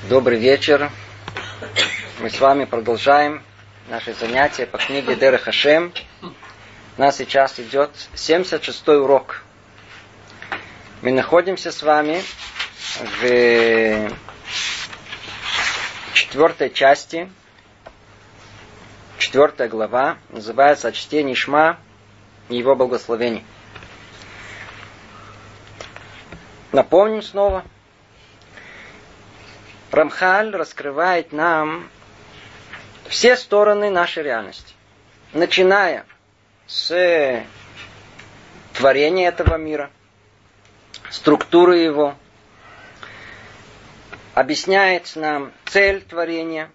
Добрый вечер. Мы с вами продолжаем наши занятия по книге Дерех Ашем. У нас сейчас идет 76-й урок. Мы находимся с вами в 4-й части, 4 глава, называется «О чтении Шма и его благословений». Напомним снова. Рамхаль раскрывает нам все стороны нашей реальности. Начиная с творения этого мира, структуры его, объясняет нам цель творения,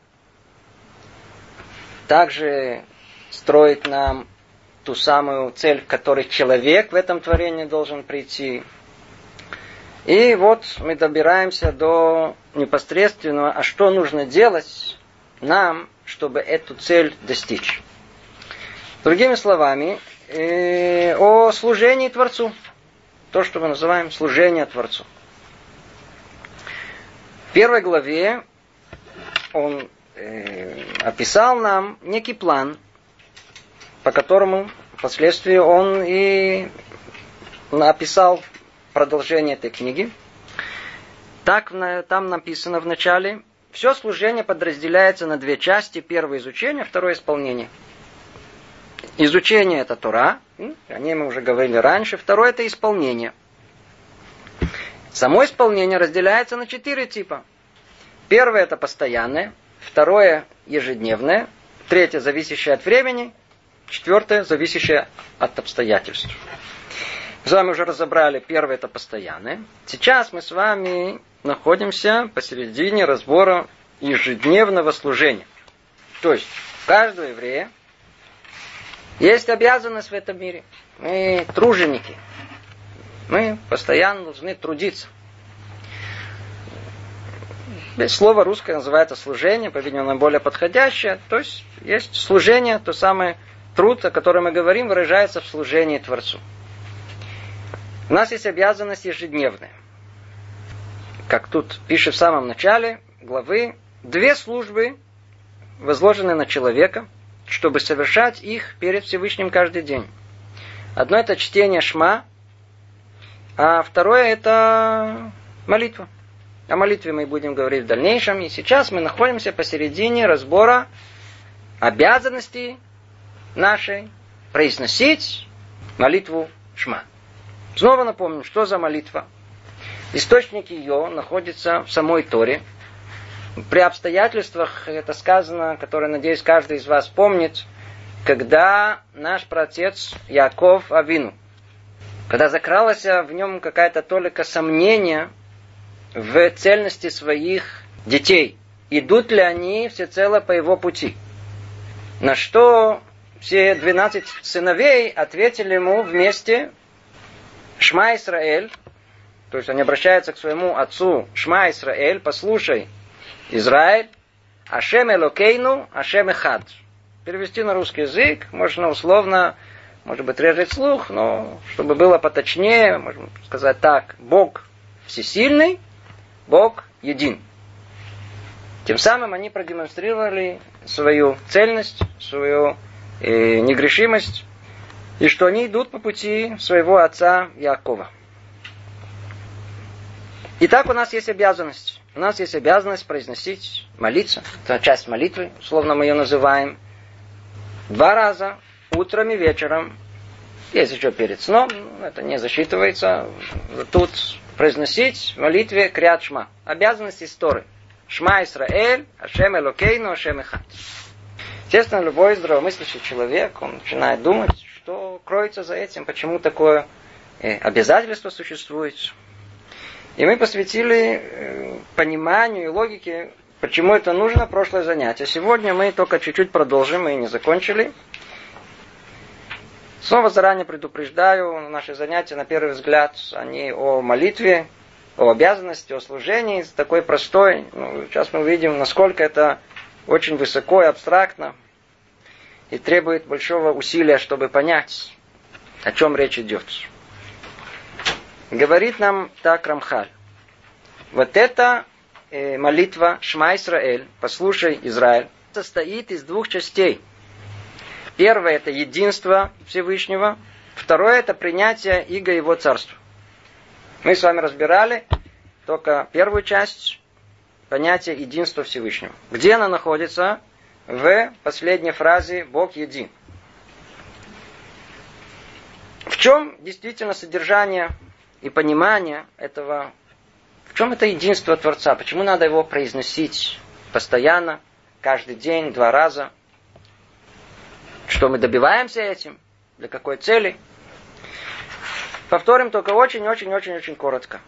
также строит нам ту самую цель, к которой человек в этом творении должен прийти. И вот мы добираемся до непосредственного, а что нужно делать нам, чтобы эту цель достичь. Другими словами, о служении Творцу. То, что мы называем служение Творцу. В 1 главе он описал нам некий план, по которому впоследствии он и описал продолжение этой книги. Так там написано в начале: все служение подразделяется на две части. Первое — изучение, второе — исполнение. Изучение — это Тора, о ней мы уже говорили раньше. Второе — это исполнение. Само исполнение разделяется на 4 типа. Первое — это постоянное, второе — ежедневное, третье — зависящее от времени, четвертое — зависящее от обстоятельств. Мы с вами уже разобрали, первое — это постоянное. Сейчас мы с вами находимся посередине разбора ежедневного служения. То есть, у каждого еврея есть обязанность в этом мире. Мы труженики. Мы постоянно должны трудиться. Слово русское называется служение, по-видимому, оно более подходящее. То есть служение, то самое труд, о котором мы говорим, выражается в служении Творцу. У нас есть обязанность ежедневная. Как тут пишет в самом начале главы, 2 службы возложены на человека, чтобы совершать их перед Всевышним каждый день. Одно — это чтение Шма, а второе — это молитва. О молитве мы будем говорить в дальнейшем. И сейчас мы находимся посередине разбора обязанностей нашей произносить молитву Шма. Снова напомню, что за молитва. Источник ее находится в самой Торе. При обстоятельствах, это сказано, которые, надеюсь, каждый из вас помнит, когда наш праотец Яаков Авину, когда закралась в нем какая-то толика сомнения в цельности своих детей, идут ли они всецело по его пути. На что все 12 сыновей ответили ему вместе: Шма Исраэль, то есть они обращаются к своему отцу: Шма Исраэль, послушай, Израиль, Ашем Элокейну, Ашем Эхад. Перевести на русский язык можно условно, может быть, режет слух, но чтобы было поточнее, можно сказать так: Бог всесильный, Бог един. Тем самым они продемонстрировали свою цельность, свою негрешимость, и что они идут по пути своего отца Яакова. Итак, у нас есть обязанность. У нас есть обязанность произносить, молиться. Это часть молитвы, условно мы ее называем. 2 раза, утром и вечером. Есть еще перед сном, это не засчитывается. Тут произносить в молитве Криат Шма. Обязанность из Торы. Шма Исраэль, Ашем Элокейну, Ашем Эхад. Естественно, любой здравомыслящий человек, он начинает думать, что кроется за этим, почему такое обязательство существует. И мы посвятили пониманию и логике, почему это нужно, прошлое занятие. Сегодня мы только чуть-чуть продолжим, мы не закончили. Снова заранее предупреждаю, наши занятия, на первый взгляд, они о молитве, о обязанности, о служении, такой простой. Сейчас мы увидим, насколько это очень высоко и абстрактно, и требует большого усилия, чтобы понять, о чем речь идет. Говорит нам так Рамхаль: вот это молитва Шма Исраэль, послушай, Израиль, состоит из двух частей. Первое – это единство Всевышнего. Второе – это принятие Иго Его Царства. Мы с вами разбирали только первую часть понятия единства Всевышнего. Где она находится? В последней фразе «Бог един». В чем действительно содержание и понимание этого? В чем это единство Творца? Почему надо его произносить постоянно, каждый день, 2 раза? Что мы добиваемся этим? Для какой цели? Повторим только очень коротко.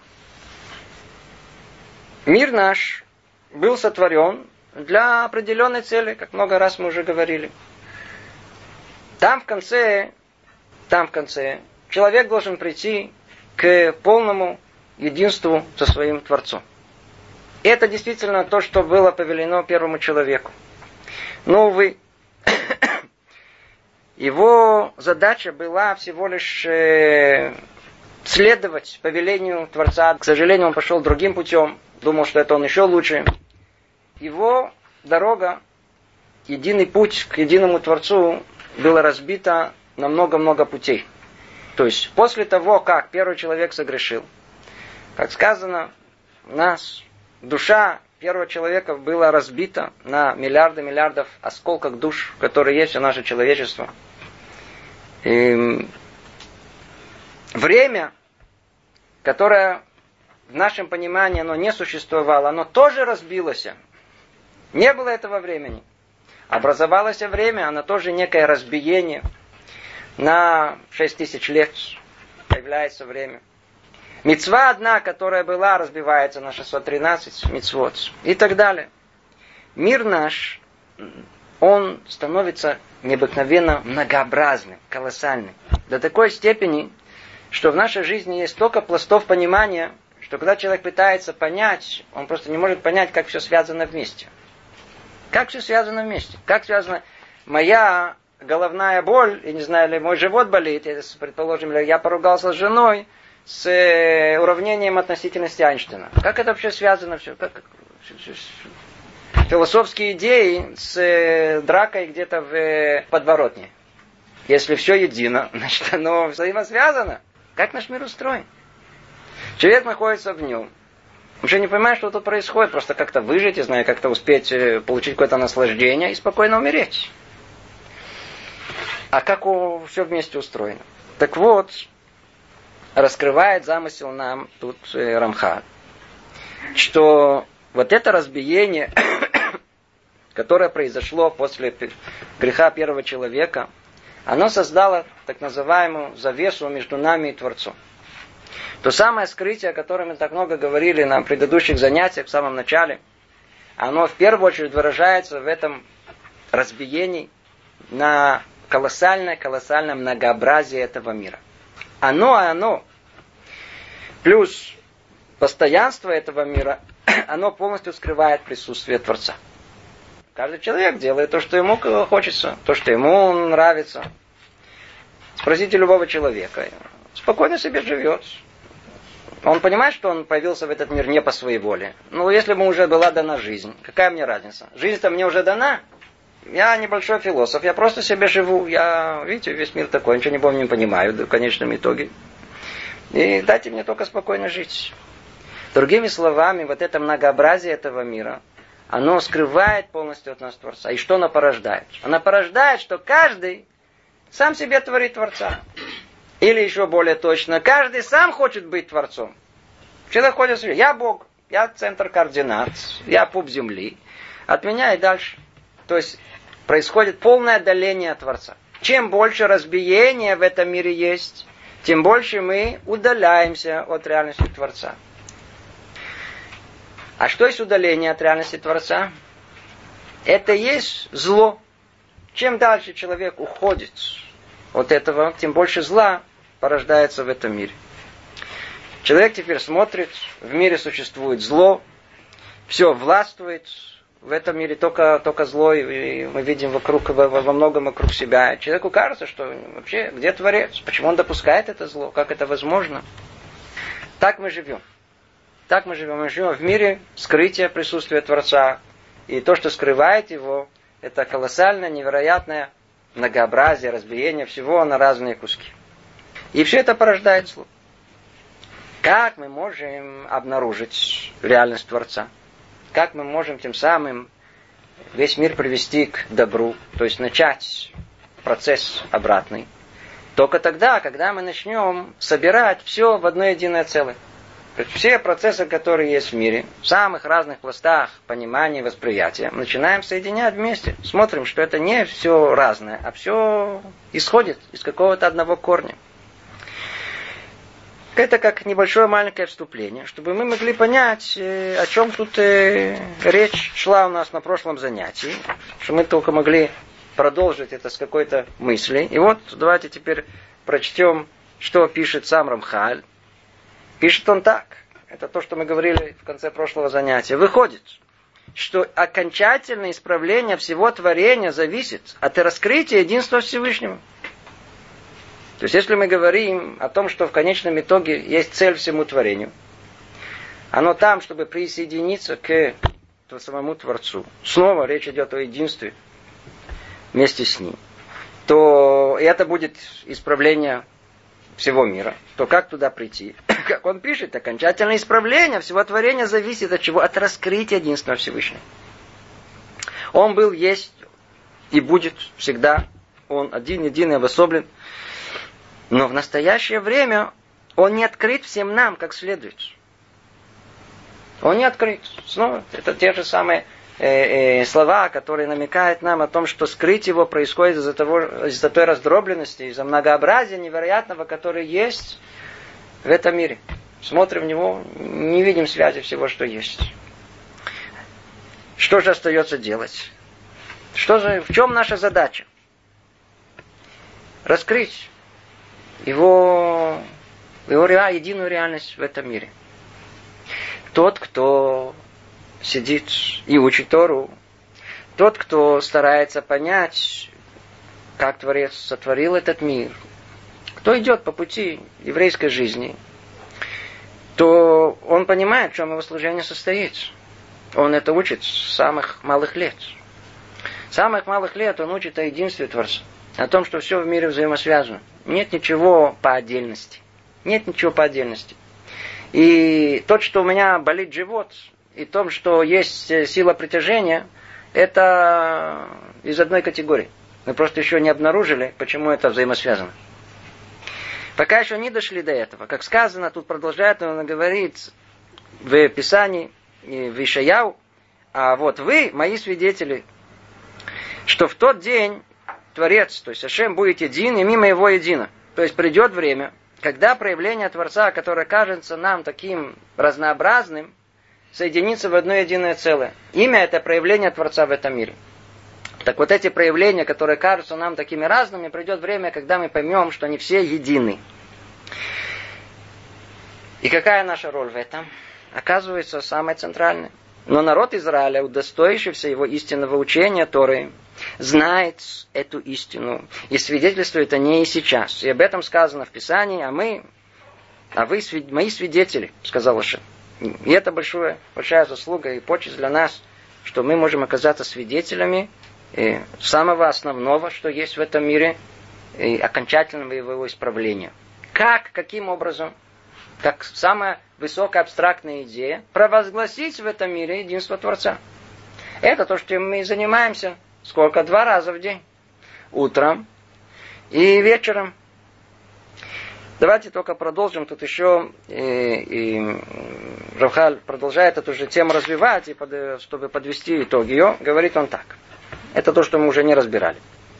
Мир наш был сотворен для определенной цели, как много раз мы уже говорили. Там в конце человек должен прийти к полному единству со своим Творцом. И это действительно то, что было повелено первому человеку. Но, увы, его задача была всего лишь следовать повелению Творца. К сожалению, он пошел другим путем, думал, что это он еще лучше. Его дорога, единый путь к единому Творцу была разбита на много-много путей. То есть, после того, как первый человек согрешил, как сказано, у нас душа первого человека была разбита на миллиардов осколков душ, которые есть у наше человечество. И время, которое в нашем понимании оно не существовало, оно тоже разбилось. Не было этого времени. Образовалось время, оно тоже некое разбиение. На 6000 лет появляется время. Мицва одна, которая была, разбивается на 613 мицвот. И так далее. Мир наш, он становится необыкновенно многообразным, колоссальным. До такой степени, что в нашей жизни есть столько пластов понимания, что когда человек пытается понять, он просто не может понять, как все связано вместе. Как все связано вместе? Как связано моя головная боль, я не знаю, или мой живот болит, предположим, я поругался с женой, с уравнением относительности Эйнштейна. Как это вообще связано все? Философские идеи с дракой где-то в подворотне. Если все едино, значит оно взаимосвязано. Как наш мир устроен? Человек находится в нем. Он уже не понимает, что тут происходит. Просто как-то выжить, я знаю, как-то успеть получить какое-то наслаждение и спокойно умереть. А как все вместе устроено? Так вот, раскрывает замысел нам тут Рамхаль, что вот это разбиение, которое произошло после греха первого человека, оно создало так называемую завесу между нами и Творцом. То самое скрытие, о котором мы так много говорили на предыдущих занятиях в самом начале, оно в первую очередь выражается в этом разбиении на колоссальное многообразие этого мира. Оно, плюс постоянство этого мира, оно полностью скрывает присутствие Творца. Каждый человек делает то, что ему хочется, то, что ему нравится. Спросите любого человека. Спокойно себе живет. Он понимает, что он появился в этот мир не по своей воле. Но если бы уже была дана жизнь, какая мне разница? Жизнь-то мне уже дана. Я небольшой философ, я просто себе живу. Видите, весь мир такой, ничего не помню, не понимаю в конечном итоге. И дайте мне только спокойно жить. Другими словами, вот это многообразие этого мира, оно скрывает полностью от нас Творца. И что оно порождает? Оно порождает, что каждый сам себе творит Творца. Или еще более точно, каждый сам хочет быть Творцом. Человек ходит себе, я Бог, я центр координат, я пуп земли. От меня и дальше. То есть происходит полное отдаление от Творца. Чем больше разбиения в этом мире есть, тем больше мы удаляемся от реальности Творца. А что есть удаление от реальности Творца? Это есть зло. Чем дальше человек уходит от этого, тем больше зла порождается в этом мире. Человек теперь смотрит, в мире существует зло, все властвует, в этом мире только зло, и мы видим во многом вокруг себя. Человеку кажется, что вообще, где Творец? Почему он допускает это зло? Как это возможно? Так мы живем. Так мы живем. Мы живем в мире скрытия присутствия Творца. И то, что скрывает его, это колоссальное, невероятное многообразие, разбиение всего на разные куски. И все это порождает зло. Как мы можем обнаружить реальность Творца? Как мы можем тем самым весь мир привести к добру, то есть начать процесс обратный? Только тогда, когда мы начнем собирать все в одно единое целое. То есть все процессы, которые есть в мире, в самых разных пластах понимания и восприятия, начинаем соединять вместе. Смотрим, что это не все разное, а все исходит из какого-то одного корня. Это как небольшое маленькое вступление, чтобы мы могли понять, о чем тут речь шла у нас на прошлом занятии, чтобы мы только могли продолжить это с какой-то мысли. И вот давайте теперь прочтем, что пишет сам Рамхаль. Пишет он так. Это то, что мы говорили в конце прошлого занятия. Выходит, что окончательное исправление всего творения зависит от раскрытия единства Всевышнего. То есть, если мы говорим о том, что в конечном итоге есть цель всему творению, оно там, чтобы присоединиться к самому Творцу. Снова речь идет о единстве вместе с ним. То это будет исправление всего мира. То как туда прийти? Как он пишет, окончательное исправление всего творения зависит от чего? От раскрытия единства Всевышнего. Он был, есть и будет всегда. Он один, единый, обособлен. Но в настоящее время он не открыт всем нам как следует. Он не открыт. Снова, это те же самые слова, которые намекают нам о том, что скрыть его происходит из-за той раздробленности, из-за многообразия невероятного, которое есть в этом мире. Смотрим в него, не видим связи всего, что есть. Что же остается делать? В чем наша задача? Раскрыть его единую реальность в этом мире. Тот, кто сидит и учит Тору, тот, кто старается понять, как Творец сотворил этот мир, кто идет по пути еврейской жизни, то он понимает, в чем его служение состоит. Он это учит с самых малых лет. С самых малых лет он учит о единстве Творца, о том, что все в мире взаимосвязано. Нет ничего по отдельности. Нет ничего по отдельности. И то, что у меня болит живот, и то, что есть сила притяжения, это из одной категории. Мы просто еще не обнаружили, почему это взаимосвязано. Пока еще не дошли до этого. Как сказано, тут продолжает он говорить в Писании, в Ишаяу, а вот вы, мои свидетели, что в тот день Творец, то есть Ашем, будет един, и мимо его едино. То есть придет время, когда проявление Творца, которое кажется нам таким разнообразным, соединится в одно единое целое. Имя — это проявление Творца в этом мире. Так вот эти проявления, которые кажутся нам такими разными, придет время, когда мы поймем, что они все едины. И какая наша роль в этом? Оказывается, самая центральная. Но народ Израиля, удостоившийся его истинного учения Торы, знает эту истину и свидетельствует о ней и сейчас. И об этом сказано в Писании, а вы мои свидетели, сказал Ашем. И это большая заслуга и почесть для нас, что мы можем оказаться свидетелями самого основного, что есть в этом мире, и окончательного его исправления. Каким образом? Как самая высокая абстрактная идея, провозгласить в этом мире единство Творца. Это то, что мы и занимаемся. Сколько? 2 раза в день. Утром и вечером. Давайте только продолжим. Тут еще Рамхаль продолжает эту же тему развивать, и чтобы подвести итог ее, говорит он так. Это то, что мы уже не разбирали.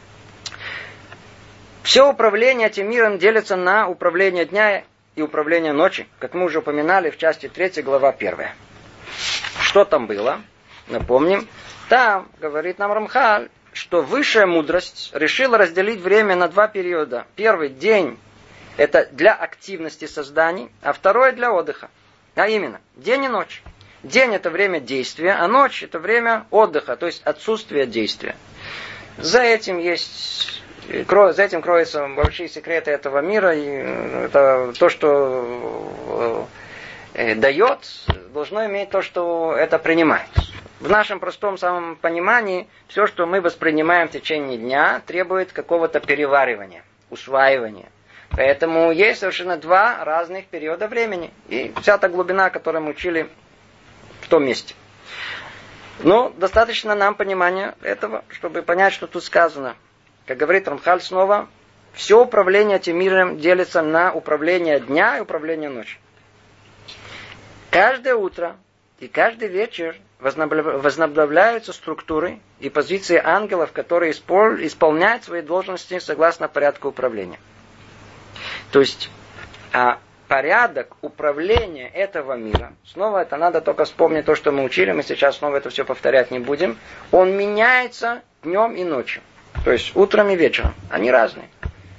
Все управление этим миром делится на управление дня и управление ночи, как мы уже упоминали в части 3, глава 1. Что там было? Напомним. Там, говорит нам Рамхаль, что высшая мудрость решила разделить время на 2 периода. Первый день — это для активности созданий, а второй — для отдыха. А именно, день и ночь. День — это время действия, а ночь — это время отдыха, то есть отсутствие действия. За этим кроются большие секреты этого мира, и это то, что дает, должно иметь то, что это принимает. В нашем простом самом понимании, все, что мы воспринимаем в течение дня, требует какого-то переваривания, усваивания. Поэтому есть совершенно два разных периода времени. И вся та глубина, которую мы учили в том месте. Но достаточно нам понимания этого, чтобы понять, что тут сказано. Как говорит Рамхаль снова, все управление этим миром делится на управление дня и управление ночи. Каждое утро и каждый вечер возобновляются структуры и позиции ангелов, которые исполняют свои должности согласно порядку управления. То есть порядок управления этого мира, снова это надо только вспомнить то, что мы учили, мы сейчас снова это все повторять не будем, он меняется днем и ночью. То есть утром и вечером. Они разные.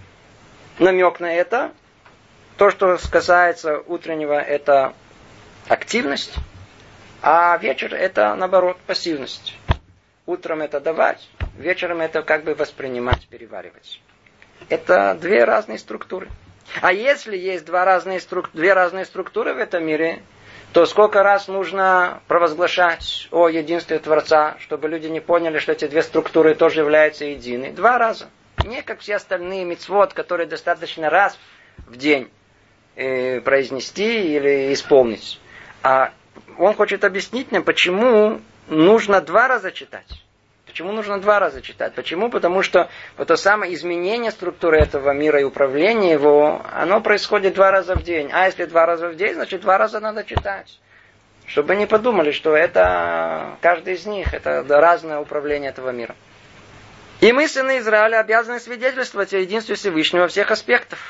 Намек на это, то, что касается утреннего, это активность, а вечер это, наоборот, пассивность. Утром это давать, вечером это как бы воспринимать, переваривать. Это две разные структуры. А если есть две разные структуры в этом мире, то сколько раз нужно провозглашать о единстве Творца, чтобы люди не поняли, что эти две структуры тоже являются единой? 2 раза. Не как все остальные мицвот, которые достаточно раз в день произнести или исполнить. А он хочет объяснить нам, почему нужно 2 раза читать. Почему нужно 2 раза читать? Почему? Потому что вот то самое изменение структуры этого мира и управление его, оно происходит 2 раза в день. А если 2 раза в день, значит 2 раза надо читать. Чтобы не подумали, что это каждый из них, это разное управление этого мира. И мы, сыны Израиля, обязаны свидетельствовать о единстве Всевышнего во всех аспектах.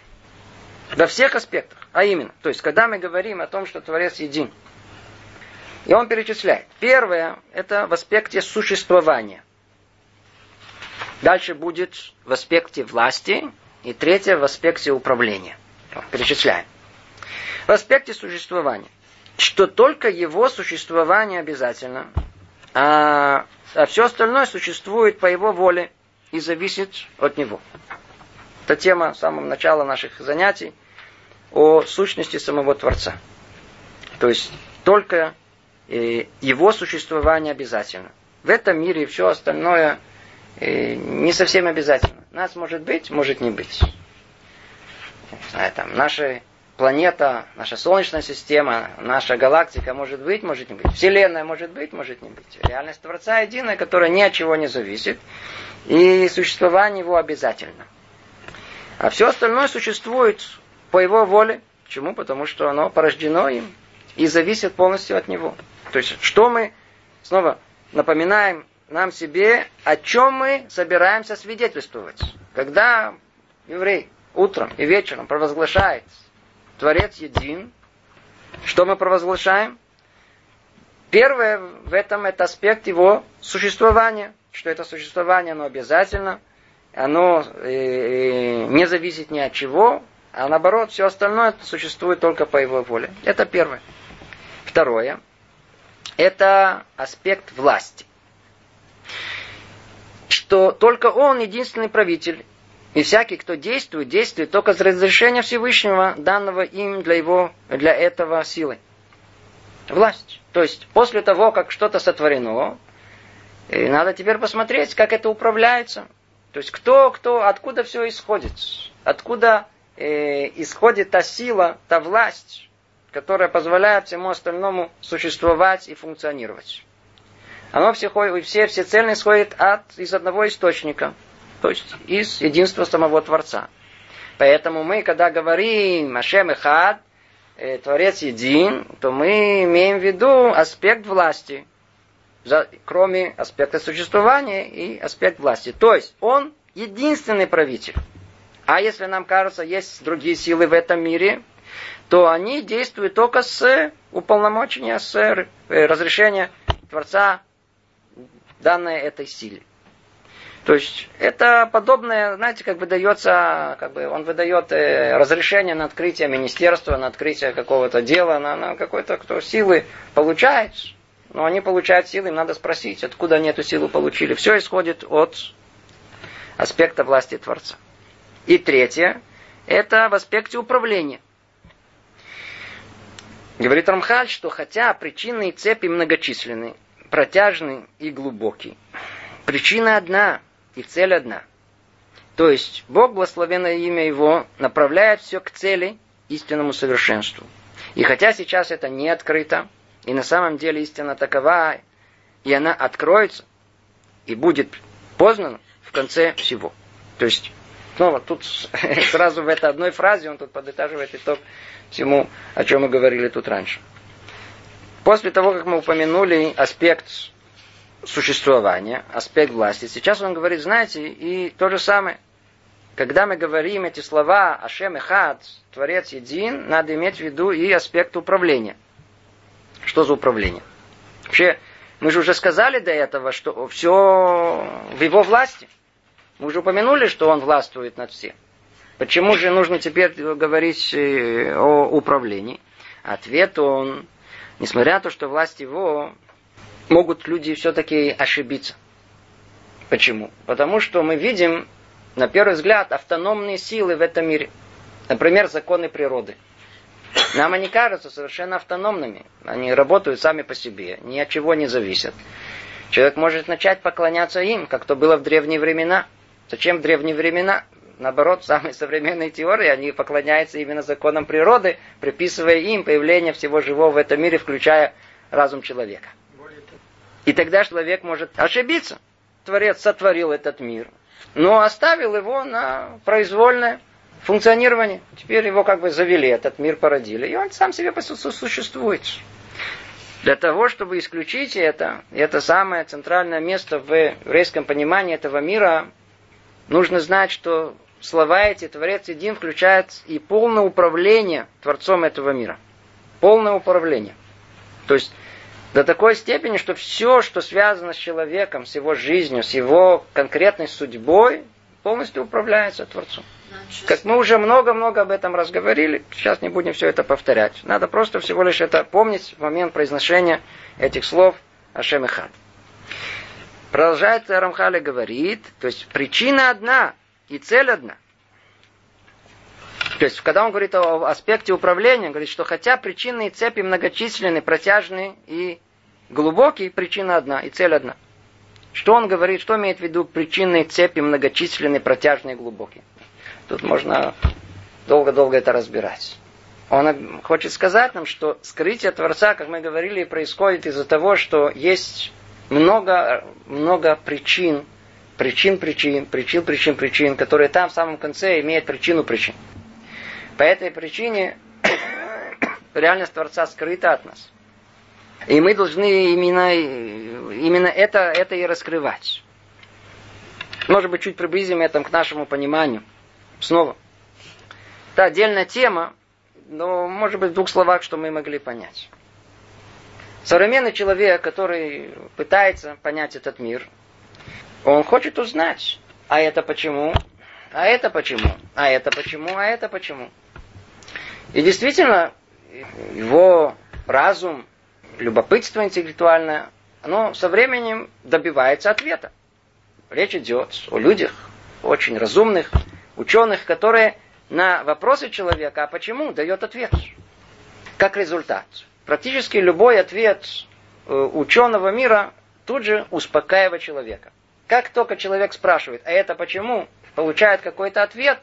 Во всех аспектах. А именно, то есть, когда мы говорим о том, что Творец един, и он перечисляет. Первое, это в аспекте существования. Дальше будет в аспекте власти. И третье, в аспекте управления. Перечисляем. В аспекте существования. Что только его существование обязательно, а все остальное существует по его воле и зависит от него. Это тема с самого начала наших занятий о сущности самого Творца. То есть, только его существование обязательно. В этом мире все остальное не совсем обязательно. Нас может быть, может не быть. Наша планета, наша Солнечная система, наша галактика может быть, может не быть. Вселенная может быть, может не быть. Реальность Творца единая, которая ни от чего не зависит. И существование его обязательно. А все остальное существует по его воле. Почему? Потому что оно порождено им и зависит полностью от него. То есть, что мы снова напоминаем нам себе, о чем мы собираемся свидетельствовать. Когда еврей утром и вечером провозглашает Творец един, что мы провозглашаем? Первое в этом это аспект его существования. Что это существование, оно обязательно, оно не зависит ни от чего, а наоборот, все остальное существует только по его воле. Это первое. Второе. Это аспект власти. Что только он единственный правитель. И всякий, кто действует, действует только с разрешения Всевышнего, данного им для этого силы. Власть. То есть, после того, как что-то сотворено, надо теперь посмотреть, как это управляется. То есть, откуда все исходит. Откуда исходит та сила, та власть, которая позволяет всему остальному существовать и функционировать. Оно всецельно исходит из одного источника, то есть из единства самого Творца. Поэтому мы, когда говорим Ашем Эхад, Творец един, то мы имеем в виду аспект власти, кроме аспекта существования и аспект власти. То есть он единственный правитель. А если нам кажется, есть другие силы в этом мире, то они действуют только с уполномочения, с разрешения Творца, данное этой силе. То есть, это подобное, знаете, он выдает разрешение на открытие министерства, на открытие какого-то дела, на какой-то, кто силы получает, но они получают силы, им надо спросить, откуда они эту силу получили. Все исходит от аспекта власти Творца. И третье, это в аспекте управления. Говорит Рамхаль, что хотя причинные цепи многочисленны, протяжны и глубоки, причина одна и цель одна. То есть Бог, благословенное имя Его, направляет все к цели, истинному совершенству. И хотя сейчас это не открыто, и на самом деле истина такова, и она откроется, и будет познана в конце всего. То есть, снова тут сразу в этой одной фразе он тут подытаживает итог всему, о чем мы говорили тут раньше. После того, как мы упомянули аспект существования, аспект власти, сейчас он говорит, знаете, и то же самое. Когда мы говорим эти слова «Ашем Эхад», «Творец един», надо иметь в виду и аспект управления. Что за управление? Вообще, мы же уже сказали до этого, что все в его власти. Мы уже упомянули, что он властвует над всем. Почему же нужно теперь говорить о управлении? Ответ он, несмотря на то, что власть его, могут люди все-таки ошибиться. Почему? Потому что мы видим, на первый взгляд, автономные силы в этом мире. Например, законы природы. Нам они кажутся совершенно автономными. Они работают сами по себе, ни от чего не зависят. Человек может начать поклоняться им, как то было в древние времена. Зачем в древние времена? Наоборот, самые современные теории, они поклоняются именно законам природы, приписывая им появление всего живого в этом мире, включая разум человека. И тогда человек может ошибиться. Творец сотворил этот мир, но оставил его на произвольное функционирование. Теперь его как бы завели, этот мир породили, и он сам себе существует. Для того, чтобы исключить это самое центральное место в еврейском понимании этого мира, нужно знать, что слова эти «Творец един» включают и полное управление Творцом этого мира. Полное управление. То есть до такой степени, что все, что связано с человеком, с его жизнью, с его конкретной судьбой, полностью управляется Творцом. Как мы уже много-много об этом разговорили, сейчас не будем все это повторять. Надо просто всего лишь это помнить в момент произношения этих слов Ашем Эхад. Продолжает Рамхаль и говорит, то есть причина одна и цель одна. То есть, когда он говорит о аспекте управления, он говорит, что хотя причинные цепи многочисленны, протяжные и глубокие, причина одна и цель одна. Что он говорит, что имеет в виду причинные цепи многочисленные, протяжные и глубокие? Тут можно долго-долго это разбирать. Он хочет сказать нам, что скрытие Творца, как мы говорили, происходит из-за того, что есть много причин, которые там в самом конце имеют причину причин. По этой причине реальность Творца скрыта от нас. И мы должны именно это и раскрывать. Может быть, чуть приблизим это к нашему пониманию. Снова. Это отдельная тема, но, может быть, в двух словах, что мы могли понять. Современный человек, который пытается понять этот мир, он хочет узнать, а это почему, а это почему, а это почему, а это почему. И действительно, его разум, любопытство интеллектуальное, оно со временем добивается ответа. Речь идет о людях очень разумных, ученых, которые на вопросы человека, а почему, дает ответ. Как результат. Практически любой ответ ученого мира тут же успокаивает человека. Как только человек спрашивает, а это почему, получает какой-то ответ,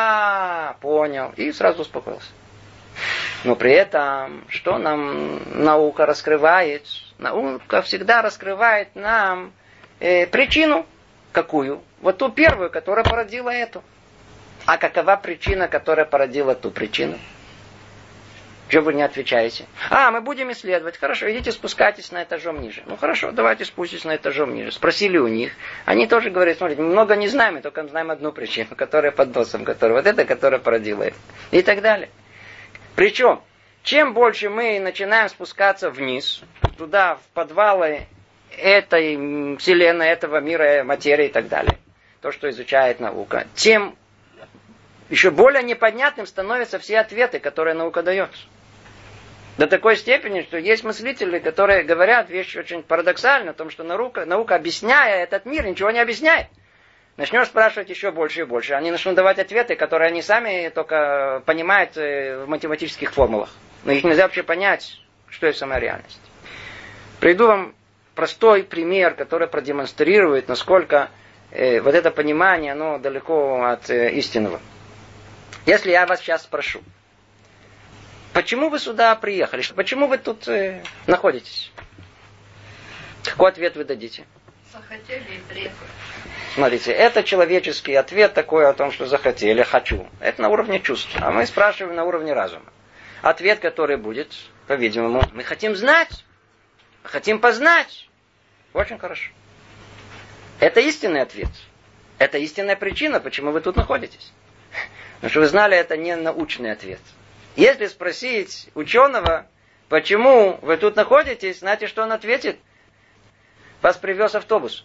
понял, и сразу успокоился. Но при этом, что нам наука раскрывает? Наука всегда раскрывает нам причину. Какую? Вот ту первую, которая породила эту. А какова причина, которая породила ту причину? Чего вы не отвечаете? Мы будем исследовать. Хорошо, идите спускайтесь на этажом ниже. Ну хорошо, давайте спуститесь на этажом ниже. Спросили у них. Они тоже говорят, смотрите, мы много не знаем, мы только знаем одну причину, которая под носом, которая породила это. И так далее. Причем, чем больше мы начинаем спускаться вниз, туда, в подвалы этой вселенной, этого мира, материи и так далее, то, что изучает наука, тем еще более непонятным становятся все ответы, которые наука дает. До такой степени, что есть мыслители, которые говорят вещи очень парадоксальные, о том, что наука, объясняя этот мир, ничего не объясняет. Начнешь спрашивать еще больше и больше. Они начнут давать ответы, которые они сами только понимают в математических формулах. Но их нельзя вообще понять, что есть сама реальность. Приведу вам простой пример, который продемонстрирует, насколько вот это понимание, оно далеко от истинного. Если я вас сейчас спрошу, почему вы сюда приехали? Почему вы тут находитесь? Какой ответ вы дадите? Захотели и приехали. Смотрите, это человеческий ответ такой о том, что захотели, хочу. Это на уровне чувств. А мы спрашиваем на уровне разума. Ответ, который будет, по-видимому, мы хотим знать, хотим познать. Очень хорошо. Это истинный ответ. Это истинная причина, почему вы тут находитесь. Потому что вы знали, это не научный ответ. Если спросить ученого, почему вы тут находитесь, знаете, что он ответит? Вас привез автобус.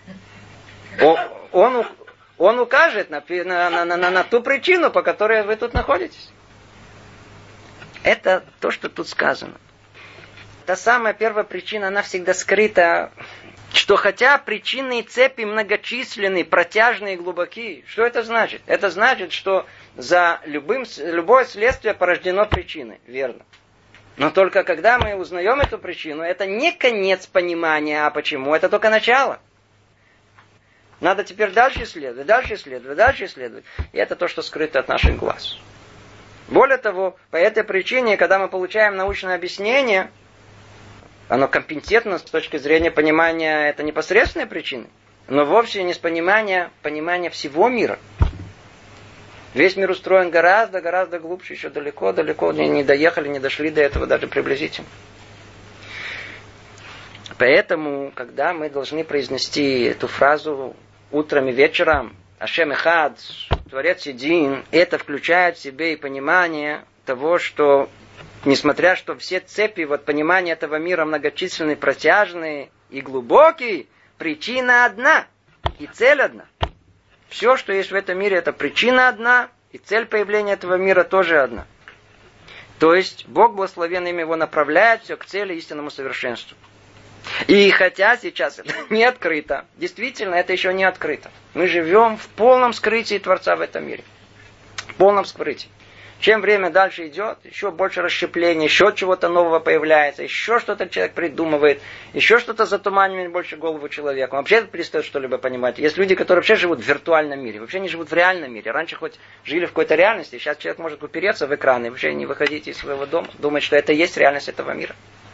Он укажет на ту причину, по которой вы тут находитесь. Это то, что тут сказано. Та самая первая причина, она всегда скрыта, что хотя причинные цепи многочисленны, протяжные и глубоки. Что это значит? Это значит, что за любое следствие порождено причиной. Верно. Но только когда мы узнаем эту причину, это не конец понимания, а почему, это только начало. Надо теперь дальше исследовать, дальше исследовать, дальше исследовать. И это то, что скрыто от наших глаз. Более того, по этой причине, когда мы получаем научное объяснение, оно компетентно с точки зрения понимания это непосредственной причины, но вовсе не с понимания всего мира. Весь мир устроен гораздо глубже, еще далеко не доехали, не дошли до этого даже приблизительно. Поэтому, когда мы должны произнести эту фразу утром и вечером, Ашем Эхад, Творец един, это включает в себе и понимание того, что, несмотря что все цепи понимания этого мира многочисленные, протяжные и глубокие, причина одна и цель одна. Все, что есть в этом мире, это причина одна, и цель появления этого мира тоже одна. То есть, Бог, благословенный им его, направляет все к цели истинному совершенству. И хотя сейчас это не открыто, действительно, это еще не открыто. Мы живем в полном скрытии Творца в этом мире. В полном скрытии. Чем время дальше идет, еще больше расщепления, еще чего-то нового появляется, еще что-то человек придумывает, еще что-то затуманивает больше голову человека. Он вообще перестает что-либо понимать. Есть люди, которые вообще живут в виртуальном мире, вообще не живут в реальном мире. Раньше хоть жили в какой-то реальности, сейчас человек может упереться в экран и вообще не выходить из своего дома, думать, что это и есть реальность этого мира.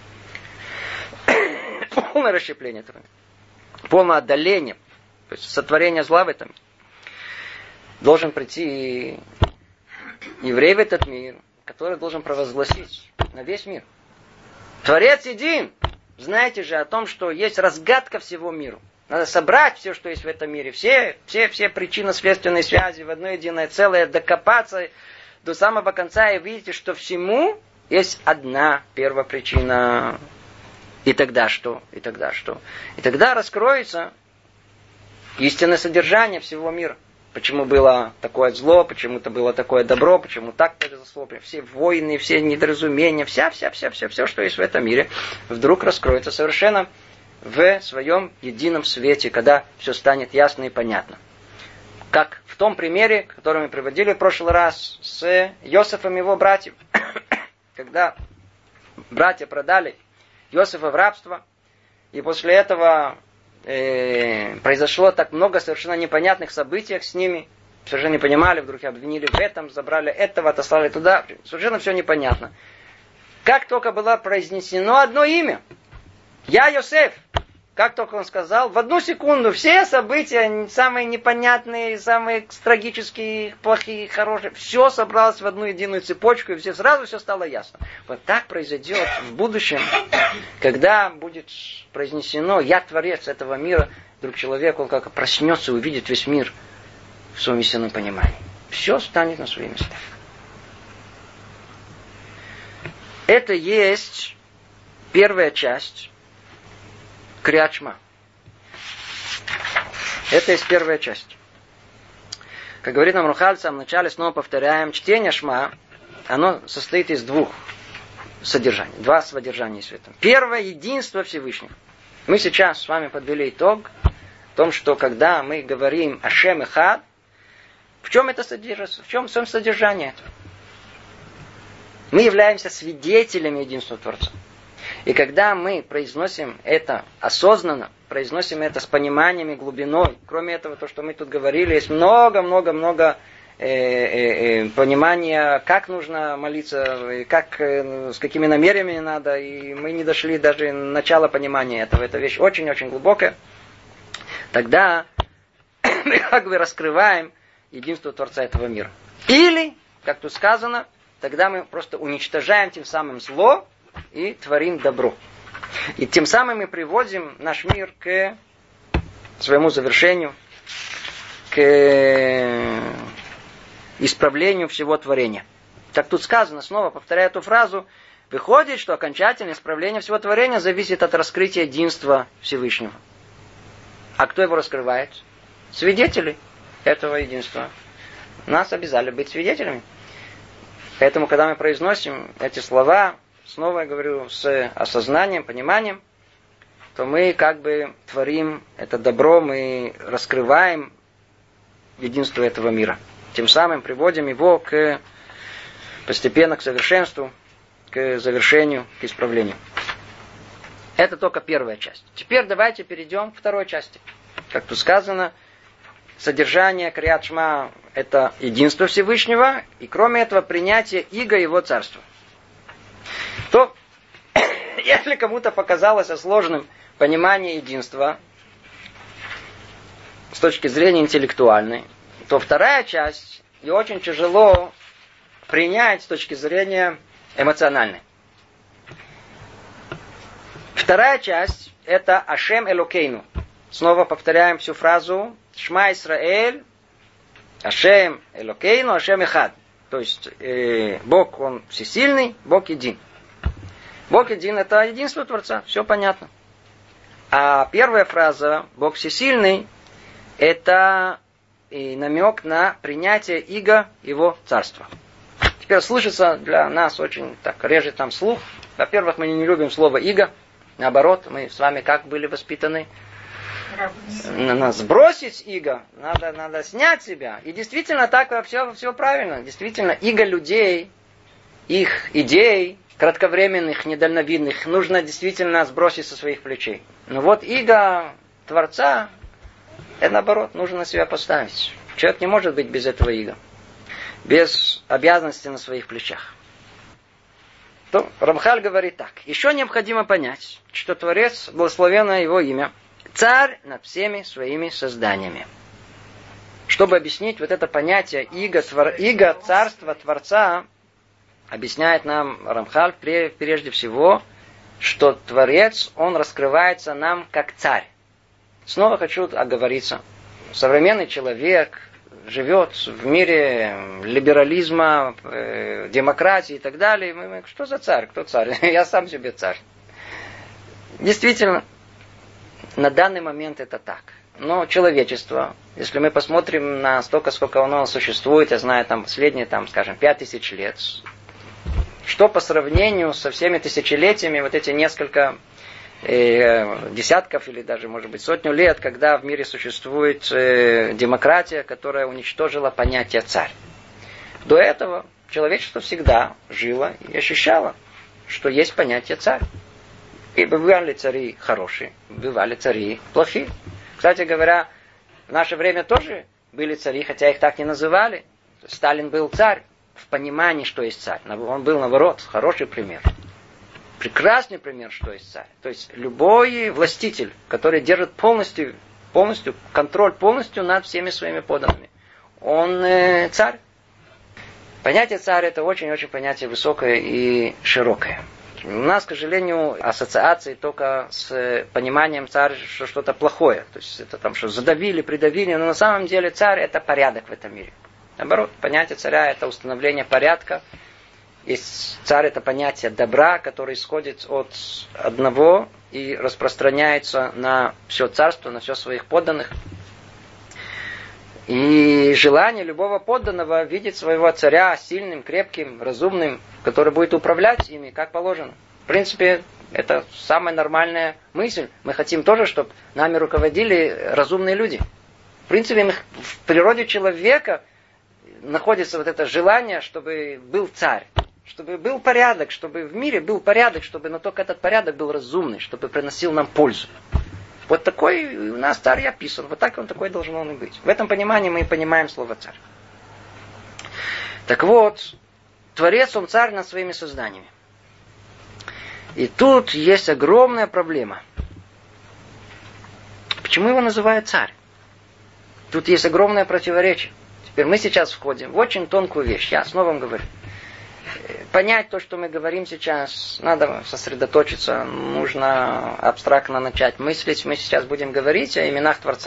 Полное расщепление этого мира. Полное отдаление, то есть сотворение зла в этом мире. Должен прийти еврей в этот мир, который должен провозгласить на весь мир. Творец един. Знаете же о том, что есть разгадка всего миру. Надо собрать все, что есть в этом мире. Все причинно-следственные связи в одно единое целое, докопаться до самого конца и видите, что всему есть одна первопричина. И тогда что? И тогда раскроется истинное содержание всего мира. Почему было такое зло, почему-то было такое добро, почему так произошло. Все войны, все недоразумения, все, что есть в этом мире, вдруг раскроется совершенно в своем едином свете, когда все станет ясно и понятно. Как в том примере, который мы приводили в прошлый раз с Йосефом и его братьев. Когда братья продали Йосефа в рабство, и после этого произошло так много совершенно непонятных событий с ними. Совершенно не понимали, вдруг обвинили в этом, забрали этого, отослали туда. Совершенно все непонятно. Как только было произнесено одно имя, я Йосеф, как только он сказал, в одну секунду все события, самые непонятные, самые трагические, плохие, хорошие, все собралось в одну единую цепочку, и сразу все стало ясно. Вот так произойдет в будущем, когда будет произнесено «Я Творец этого мира», вдруг человек, он как проснется и увидит весь мир в своем истинном понимании. Все станет на свои места. Это есть первая часть Криат Шма. Это есть первая часть. Как говорит нам Рухаль, в самом начале снова повторяем, чтение Шма, оно состоит из двух содержаний. Два содержания есть в этом. Первое — единство Всевышнего. Мы сейчас с вами подвели итог в том, что когда мы говорим Ашем Эхад, в чем это содержится? В чем содержание этого? Мы являемся свидетелями единства Творца. И когда мы произносим это осознанно, произносим это с пониманием и глубиной, кроме этого, то, что мы тут говорили, есть много понимания, как нужно молиться, как, с какими намерениями надо, и мы не дошли даже начала понимания этого. Эта вещь очень-очень глубокая. Тогда мы как бы раскрываем единство Творца этого мира. Или, как тут сказано, тогда мы просто уничтожаем тем самым зло и творим добро. И тем самым мы приводим наш мир к своему завершению, к исправлению всего творения. Так тут сказано, снова повторяю эту фразу, выходит, что окончательное исправление всего творения зависит от раскрытия единства Всевышнего. А кто его раскрывает? Свидетели этого единства. Нас обязали быть свидетелями. Поэтому, когда мы произносим эти слова, снова я говорю, с осознанием, пониманием, то мы как бы творим это добро, мы раскрываем единство этого мира. Тем самым приводим его постепенно к совершенству, к завершению, к исправлению. Это только первая часть. Теперь давайте перейдем к второй части. Как тут сказано, содержание Крият Шма – это единство Всевышнего, и кроме этого принятие Иго Его Царства. То, если кому-то показалось сложным понимание единства с точки зрения интеллектуальной, то вторая часть ее очень тяжело принять с точки зрения эмоциональной. Вторая часть – это Ашем Элокейну. Снова повторяем всю фразу Шма Исраэль, Ашем Элокейну, Ашем Эхад. То есть Бог, Он всесильный, Бог един. Бог един – это единство Творца, все понятно. А первая фраза Бог всесильный – это намек на принятие Иго Его Царства. Теперь слышится для нас очень так, режет нам слух. Во-первых, мы не любим слово Иго. Наоборот, мы с вами как были воспитаны? Надо сбросить иго, надо снять себя. И действительно так все правильно. Действительно, иго людей, их идей, кратковременных, недальновидных, нужно действительно сбросить со своих плечей. Но вот иго Творца, это наоборот, нужно на себя поставить. Человек не может быть без этого иго. Без обязанности на своих плечах. То Рамхаль говорит так. Еще необходимо понять, что Творец, благословенно Его имя, царь над всеми своими созданиями. Чтобы объяснить вот это понятие иго царства Творца, объясняет нам Рамхаль прежде всего, что Творец, он раскрывается нам как царь. Снова хочу оговориться. Современный человек живет в мире либерализма, демократии и так далее. Что за царь? Кто царь? Я сам себе царь. Действительно, на данный момент это так. Но человечество, если мы посмотрим на столько, сколько оно существует, я знаю, там последние, скажем, 5000 лет, что по сравнению со всеми тысячелетиями, вот эти несколько десятков или даже, может быть, сотню лет, когда в мире существует демократия, которая уничтожила понятие царь. До этого человечество всегда жило и ощущало, что есть понятие царь. И бывали цари хорошие, бывали цари плохие. Кстати говоря, в наше время тоже были цари, хотя их так не называли. Сталин был царь в понимании, что есть царь. Он был, наоборот, хороший пример. Прекрасный пример, что есть царь. То есть любой властитель, который держит полностью контроль полностью над всеми своими подданными, он царь. Понятие царь это очень-очень понятие высокое и широкое. У нас, к сожалению, ассоциации только с пониманием царь, что что-то плохое. То есть это что задавили, придавили, но на самом деле царь это порядок в этом мире. Наоборот, понятие царя это установление порядка. Есть царь это понятие добра, которое исходит от одного и распространяется на все царство, на все своих подданных. И желание любого подданного видеть своего царя сильным, крепким, разумным, который будет управлять ими, как положено. В принципе, это самая нормальная мысль. Мы хотим тоже, чтобы нами руководили разумные люди. В принципе, в природе человека находится вот это желание, чтобы был царь. Чтобы был порядок, чтобы в мире был порядок, но только этот порядок был разумный, чтобы приносил нам пользу. Вот такой у нас царь описан. Вот так он такой должен он и быть. В этом понимании мы и понимаем слово царь. Так вот, Творец, он царь над своими созданиями. И тут есть огромная проблема. Почему его называют царь? Тут есть огромное противоречие. Теперь мы сейчас входим в очень тонкую вещь. Я снова вам говорю. Понять то, что мы говорим сейчас, надо сосредоточиться, нужно абстрактно начать мыслить. Мы сейчас будем говорить о именах Творца.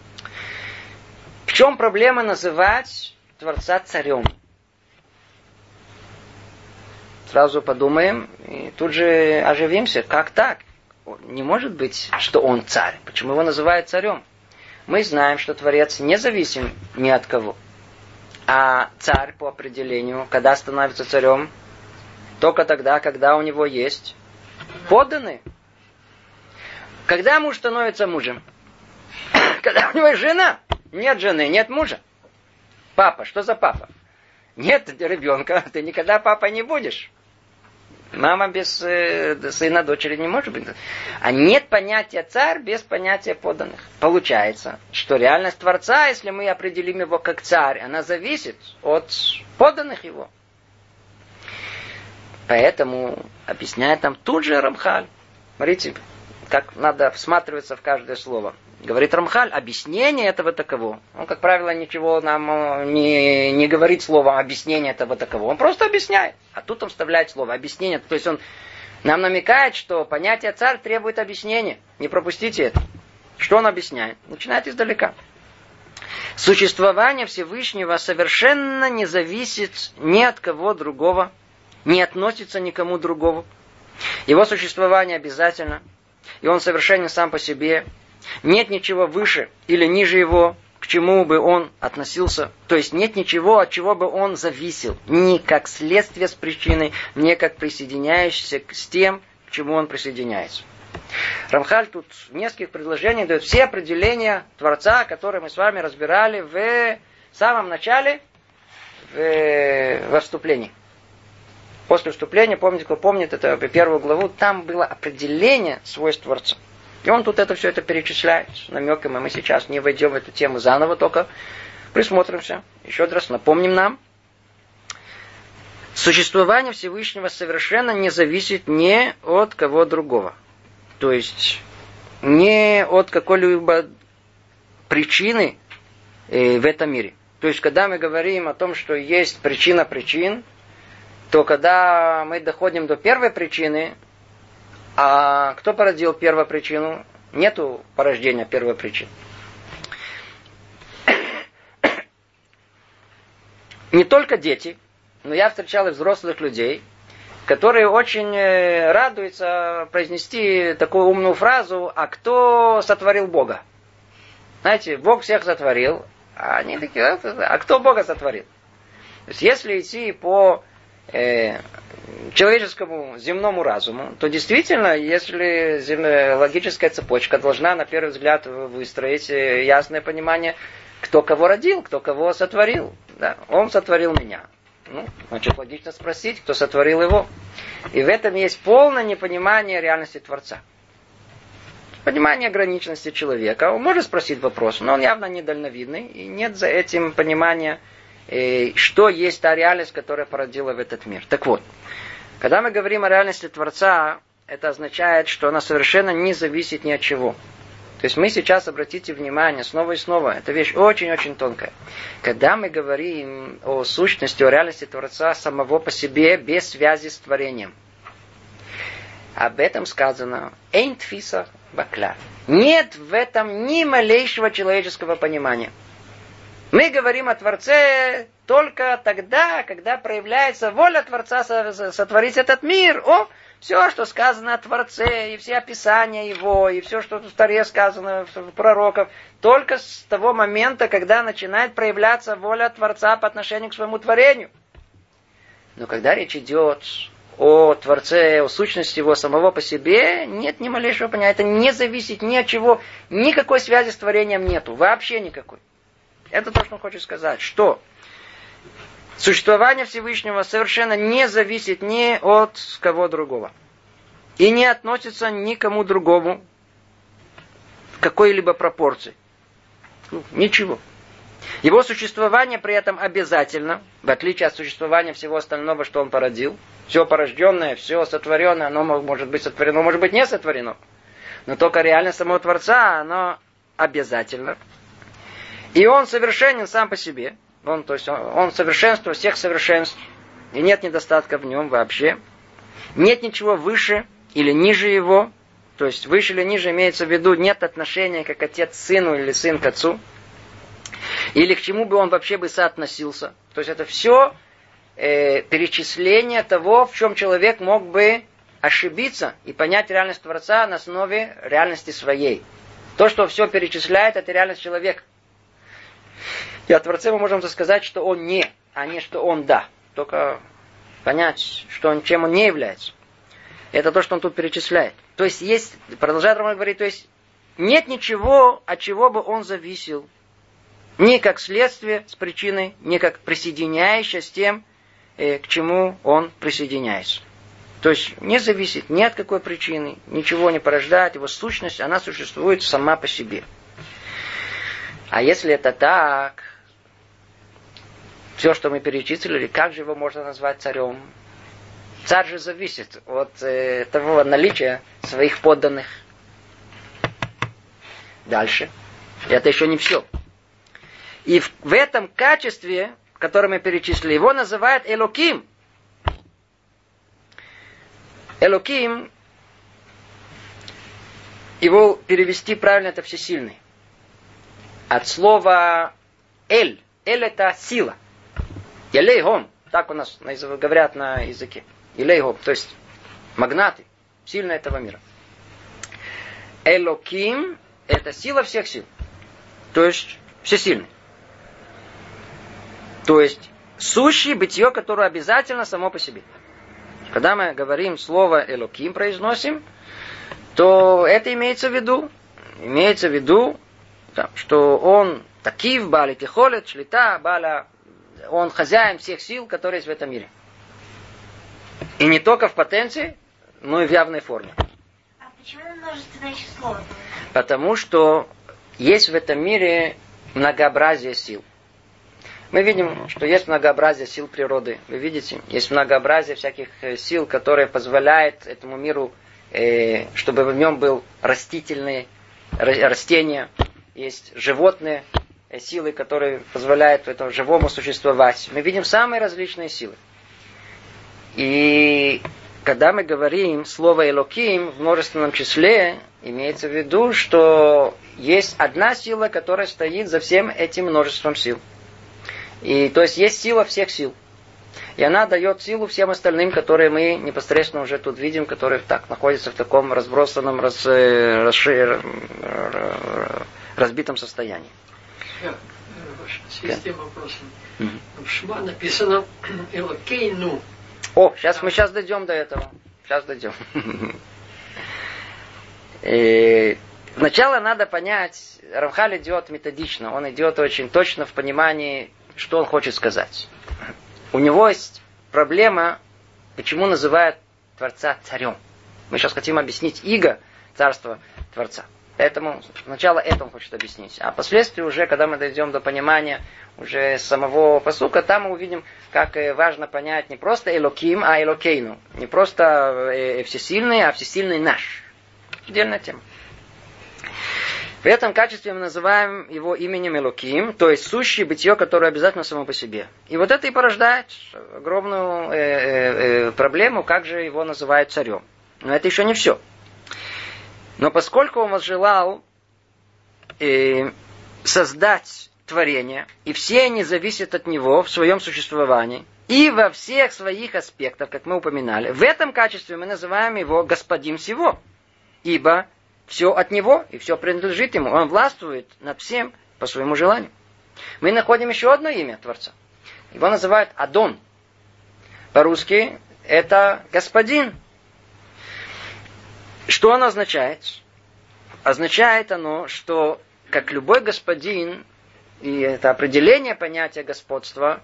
В чем проблема называть Творца царем? Сразу подумаем и тут же оживимся. Как так? Не может быть, что он царь. Почему его называют царем? Мы знаем, что Творец не зависим ни от кого. А царь по определению, когда становится царем, только тогда, когда у него есть подданные. Когда муж становится мужем? Когда у него есть жена? Нет жены, нет мужа. Папа, что за папа? Нет ребенка, ты никогда папой не будешь. Мама без сына, дочери не может быть. А нет понятия царь без понятия подданных. Получается, что реальность Творца, если мы определим его как царь, она зависит от подданных его. Поэтому объясняет нам тут же Рамхаль. Смотрите, как надо всматриваться в каждое слово. Говорит Рамхаль, объяснение этого таково. Он, как правило, ничего нам не говорит словом объяснение этого таково. Он просто объясняет. А тут он вставляет слово объяснение. То есть он нам намекает, что понятие царь требует объяснения. Не пропустите это. Что он объясняет? Начинает издалека. Существование Всевышнего совершенно не зависит ни от кого другого, не относится ни к кому другому. Его существование обязательно. И он совершенен сам по себе. Нет ничего выше или ниже его, к чему бы он относился. То есть нет ничего, от чего бы он зависел. Ни как следствие с причиной, ни как присоединяющийся с тем, к чему он присоединяется. Рамхаль тут в нескольких предложениях дает все определения Творца, которые мы с вами разбирали в самом начале, во вступлении. После вступления, помните, кто помнит, это первую главу, там было определение свойств Творца. И он тут это все это перечисляет намеком, и мы сейчас не войдем в эту тему заново, только присмотримся. Еще раз напомним нам. Существование Всевышнего совершенно не зависит ни от кого другого. То есть, не от какой-либо причины в этом мире. То есть, когда мы говорим о том, что есть причина причин, то когда мы доходим до первой причины, а кто породил первую причину? Нету порождения первой причины. Не только дети, но я встречал и взрослых людей, которые очень радуются произнести такую умную фразу: а кто сотворил Бога? Знаете, Бог всех сотворил, а они такие: а кто Бога сотворил? То есть, если идти по человеческому земному разуму, то действительно, если логическая цепочка должна на первый взгляд выстроить ясное понимание, кто кого родил, кто кого сотворил. Да, он сотворил меня. Значит, логично спросить, кто сотворил его. И в этом есть полное непонимание реальности Творца. Понимание ограниченности человека. Он может спросить вопрос, но он явно недальновидный, и нет за этим понимания, что есть та реальность, которая породила в этот мир. Так вот, когда мы говорим о реальности Творца, это означает, что она совершенно не зависит ни от чего. То есть мы сейчас, обратите внимание, снова и снова, это вещь очень-очень тонкая. Когда мы говорим о сущности, о реальности Творца самого по себе, без связи с творением, об этом сказано «эйн тфиса бакля». Нет в этом ни малейшего человеческого понимания. Мы говорим о Творце только тогда, когда проявляется воля Творца сотворить этот мир. Все, что сказано о Творце, и все описания его, и все, что в Торе сказано, в пророков, только с того момента, когда начинает проявляться воля Творца по отношению к своему творению. Но когда речь идет о Творце, о сущности его самого по себе, нет ни малейшего понятия. Это не зависит ни от чего, никакой связи с творением нету, вообще никакой. Это то, что он хочет сказать, что Существование Всевышнего совершенно не зависит ни от кого другого. И не относится ни к кому другому в какой-либо пропорции. Ничего. Его существование при этом обязательно, в отличие от существования всего остального, что он породил. Все порожденное, все сотворенное, оно может быть сотворено, может быть не сотворено. Но только реальность самого Творца, оно обязательно. И он совершенен сам по себе. Он совершенство всех совершенств. И нет недостатка в нем вообще. Нет ничего выше или ниже его. То есть выше или ниже имеется в виду, нет отношения как отец к сыну или сын к отцу. Или к чему бы он вообще бы соотносился. То есть это все перечисление того, в чем человек мог бы ошибиться и понять реальность Творца на основе реальности своей. То, что все перечисляет, это реальность человека. И о Творце мы можем сказать, что он не, а не что он да. Только понять, чем он не является. Это то, что он тут перечисляет. То есть, продолжает Рамban говорить, то есть нет ничего, от чего бы он зависел. Ни как следствие с причиной, ни как присоединяющее с тем, к чему он присоединяется. То есть не зависит ни от какой причины, ничего не порождает, его сущность, она существует сама по себе. А если это так, все, что мы перечислили, как же его можно назвать царем? Царь же зависит от того наличия своих подданных. Дальше. Это еще не все. И в этом качестве, которое мы перечислили, его называют Элоким. Элоким, его перевести правильно, это всесильный. От слова Эль. Эль это сила. Елейгом, так у нас говорят на языке. Елейгом, то есть магнаты, сильные этого мира. Элоким это сила всех сил. То есть всесильный. То есть сущее бытие, которое обязательно само по себе. Когда мы говорим слово Элоким, произносим, то это имеется в виду. Имеется в виду, что он такив, бали тихолет, шлита, баля, он хозяин всех сил, которые есть в этом мире. И не только в потенции, но и в явной форме. А почему множественное число? Потому что есть в этом мире многообразие сил. Мы видим, что есть многообразие сил природы. Вы видите, есть многообразие всяких сил, которые позволяют этому миру, чтобы в нем был растительные растения. Есть животные силы, которые позволяют этому живому существовать. Мы видим самые различные силы. И когда мы говорим слово Элоким в множественном числе, имеется в виду, что есть одна сила, которая стоит за всем этим множеством сил. И то есть есть сила всех сил. И она дает силу всем остальным, которые мы непосредственно уже тут видим, которые так находятся в таком разбросанном, разбитом состоянии. Система вопросов. В Шма написано Элокейну. О, сейчас дойдем до этого. Сейчас дойдем. Сначала надо понять, Рамхаль идет методично, он идет очень точно в понимании, что он хочет сказать. У него есть проблема, почему называют Творца царем. Мы сейчас хотим объяснить иго царства Творца. Поэтому сначала это он хочет объяснить. А впоследствии уже, когда мы дойдем до понимания уже самого пасука, там мы увидим, как важно понять не просто Элоким, а Элокейну. Не просто всесильный, а всесильный наш. Отдельная тема. В этом качестве мы называем его именем Элоким, то есть сущее бытие, которое обязательно само по себе. И вот это и порождает огромную проблему, как же его называют царем. Но это еще не все. Но поскольку он возжелал создать творение, и все они зависят от него в своем существовании, и во всех своих аспектах, как мы упоминали, в этом качестве мы называем его господин всего. Ибо все от него, и все принадлежит ему. Он властвует над всем по своему желанию. Мы находим еще одно имя Творца. Его называют Адон. По-русски это господин. Что оно означает? Означает оно, что как любой господин, и это определение понятия господства,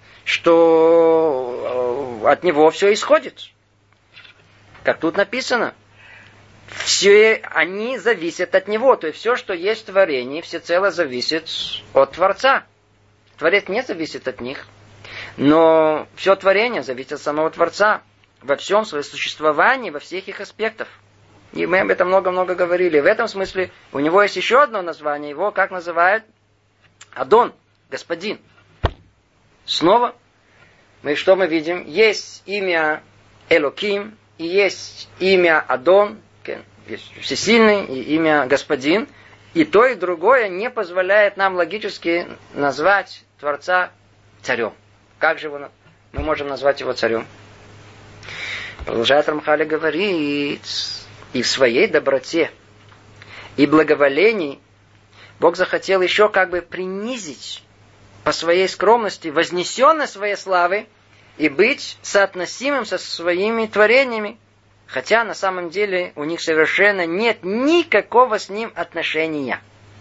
что от него все исходит. Как тут написано. Все они зависят от него. То есть все, что есть в творении, всецело зависит от Творца. Творец не зависит от них. Но все творение зависит от самого Творца. Во всем своем существовании, во всех их аспектах. И мы об этом много-много говорили. В этом смысле у него есть еще одно название. Его как называют? Адон, господин. Снова, что мы видим? Есть имя Элоким, и есть имя Адон, есть всесильный, и имя господин. И то, и другое не позволяет нам логически назвать Творца царем. Как же мы можем назвать его царем? Продолжает Рамхаль говорить, и в своей доброте и благоволении Бог захотел еще принизить по своей скромности вознесенность своей славы и быть соотносимым со своими творениями, хотя на самом деле у них совершенно нет никакого с ним отношения.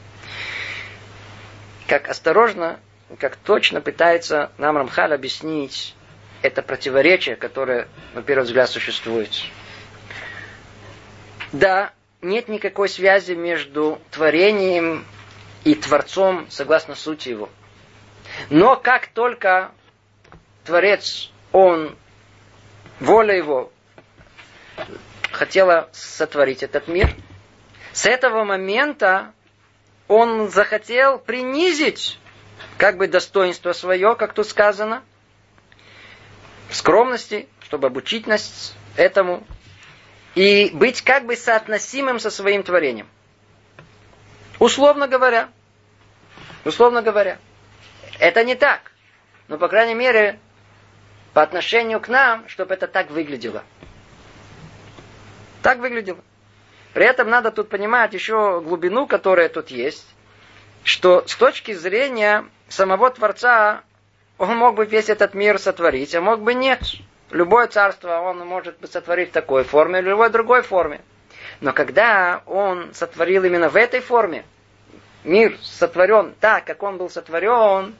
Как осторожно, как точно пытается нам Рамхаль объяснить это противоречие, которое, на первый взгляд, существует. Да, нет никакой связи между творением и Творцом, согласно сути его. Но как только Творец, воля его хотела сотворить этот мир, с этого момента он захотел принизить достоинство свое, как тут сказано, скромности, чтобы обучить нас этому, и быть соотносимым со своим творением. Условно говоря, это не так. Но, по крайней мере, по отношению к нам, чтобы это так выглядело. Так выглядело. При этом надо тут понимать еще глубину, которая тут есть, что с точки зрения самого Творца он мог бы весь этот мир сотворить, а мог бы нет. Любое царство он может сотворить в такой форме, или в любой другой форме. Но когда он сотворил именно в этой форме, мир сотворен так, как он был сотворен,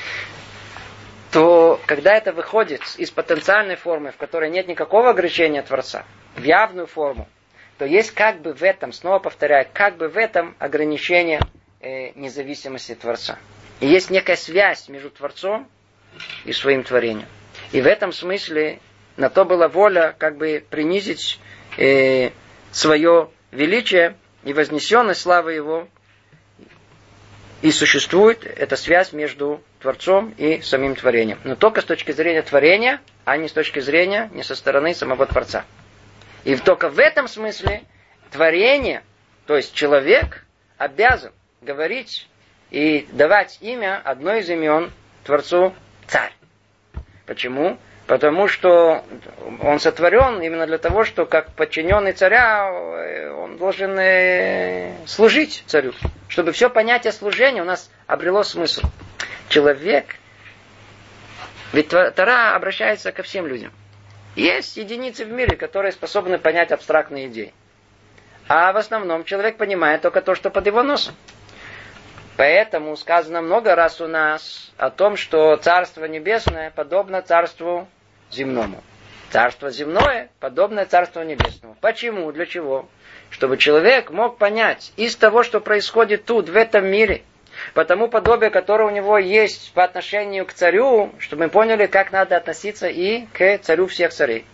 то когда это выходит из потенциальной формы, в которой нет никакого ограничения Творца, в явную форму, то есть в этом, снова повторяю, в этом ограничение независимости Творца. И есть некая связь между Творцом и своим творением. И в этом смысле на то была воля принизить свое величие и вознесенность славы его. И существует эта связь между Творцом и самим творением. Но только с точки зрения творения, а не с точки зрения, не со стороны самого Творца. И только в этом смысле творение, то есть человек, обязан говорить и давать имя одной из имен Творцу царь. Почему? Потому что он сотворен именно для того, что как подчиненный царя он должен служить царю. Чтобы все понятие служения у нас обрело смысл. Человек, ведь Тора обращается ко всем людям. Есть единицы в мире, которые способны понять абстрактные идеи. А в основном человек понимает только то, что под его носом. Поэтому сказано много раз у нас о том, что Царство Небесное подобно Царству Земному. Царство Земное подобно Царству Небесному. Почему? Для чего? Чтобы человек мог понять из того, что происходит тут, в этом мире, по тому подобию, которое у него есть по отношению к царю, чтобы мы поняли, как надо относиться и к царю всех царей.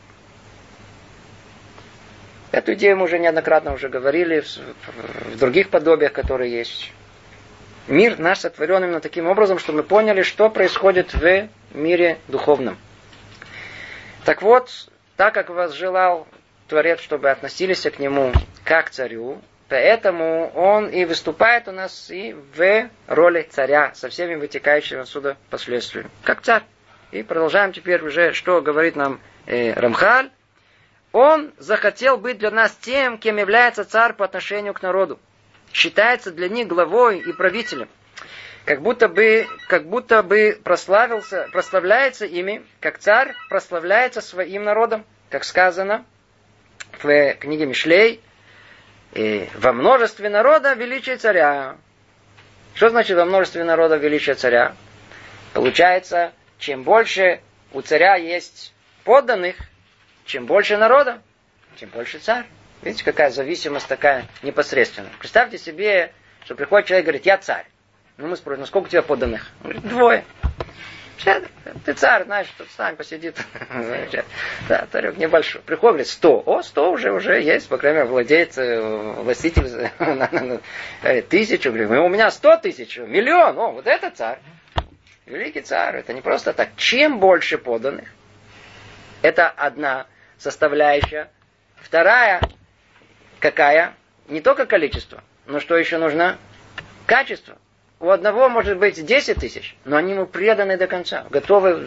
Эту идею мы уже неоднократно говорили в других подобиях, которые есть. Мир наш сотворен именно таким образом, чтобы мы поняли, что происходит в мире духовном. Так вот, так как возжелал Творец, чтобы относились к нему как к царю, поэтому он и выступает у нас и в роли царя, со всеми вытекающими отсюда последствиями. Как царь. И продолжаем теперь уже, что говорит нам Рамхаль. Он захотел быть для нас тем, кем является царь по отношению к народу. Считается для них главой и правителем. Как будто бы прославляется ими, как царь прославляется своим народом. Как сказано в книге Мишлей, во множестве народа величие царя. Что значит во множестве народов величие царя? Получается, чем больше у царя есть подданных, чем больше народа, тем больше царь. Видите, какая зависимость такая непосредственная. Представьте себе, что приходит человек и говорит, я царь. Ну, мы спросим, сколько у тебя подданных? Он говорит, 2. Ты царь, знаешь, тут сам посидит. Да, царек небольшой. Приходит, говорит, 100. О, 100 уже есть, по крайней мере, владеет, властитель 1000. Говорит, у меня 100 тысяч, 1 миллион. О, вот это царь. Великий царь. Это не просто так. Чем больше подданных, это одна составляющая. Вторая, какая? Не только количество, но что еще нужно? Качество. У одного может быть 10 тысяч, но они ему преданы до конца, готовы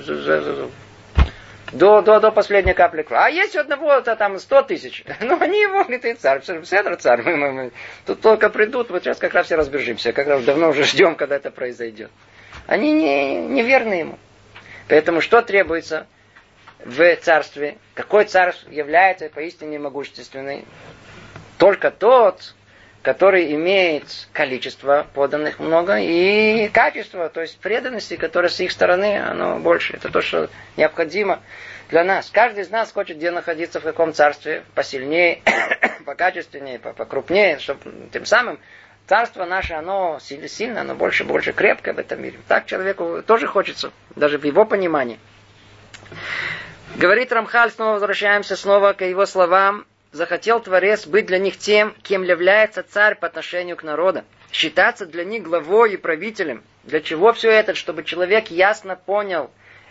до последней капли крови. А есть у одного там 100 тысяч, но они его, говорит, и царь, все царь. Мы тут только придут, вот сейчас как раз все разбежимся, как раз давно уже ждем, когда это произойдет. Они не верны ему. Поэтому что требуется в царстве? Какой царь является поистине могущественный? Только тот, который имеет количество подданных много и качество, то есть преданности, которое с их стороны, оно больше. Это то, что необходимо для нас. Каждый из нас хочет где находиться, в каком царстве, посильнее, покачественнее, покрупнее, чтобы тем самым царство наше, оно сильно, оно больше крепкое в этом мире. Так человеку тоже хочется, даже в его понимании. Говорит Рамхаль, снова возвращаемся к его словам. Захотел Творец быть для них тем, кем является царь по отношению к народу. Считаться для них главой и правителем. Для чего все это? Чтобы человек ясно понял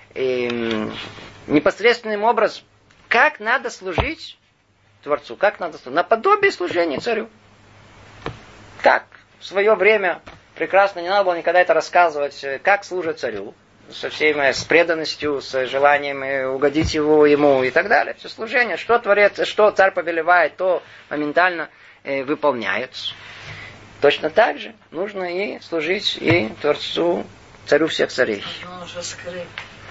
непосредственным образом, как надо служить Творцу, как надо служить. Наподобие служения царю. Как в свое время, прекрасно, не надо было никогда это рассказывать, как служат царю. Со всей с преданностью, с желанием угодить ему и так далее. Все служение. Что творец, что царь повелевает, то моментально выполняет. Точно так же нужно и служить и Творцу, царю всех царей. Он уже скрыт.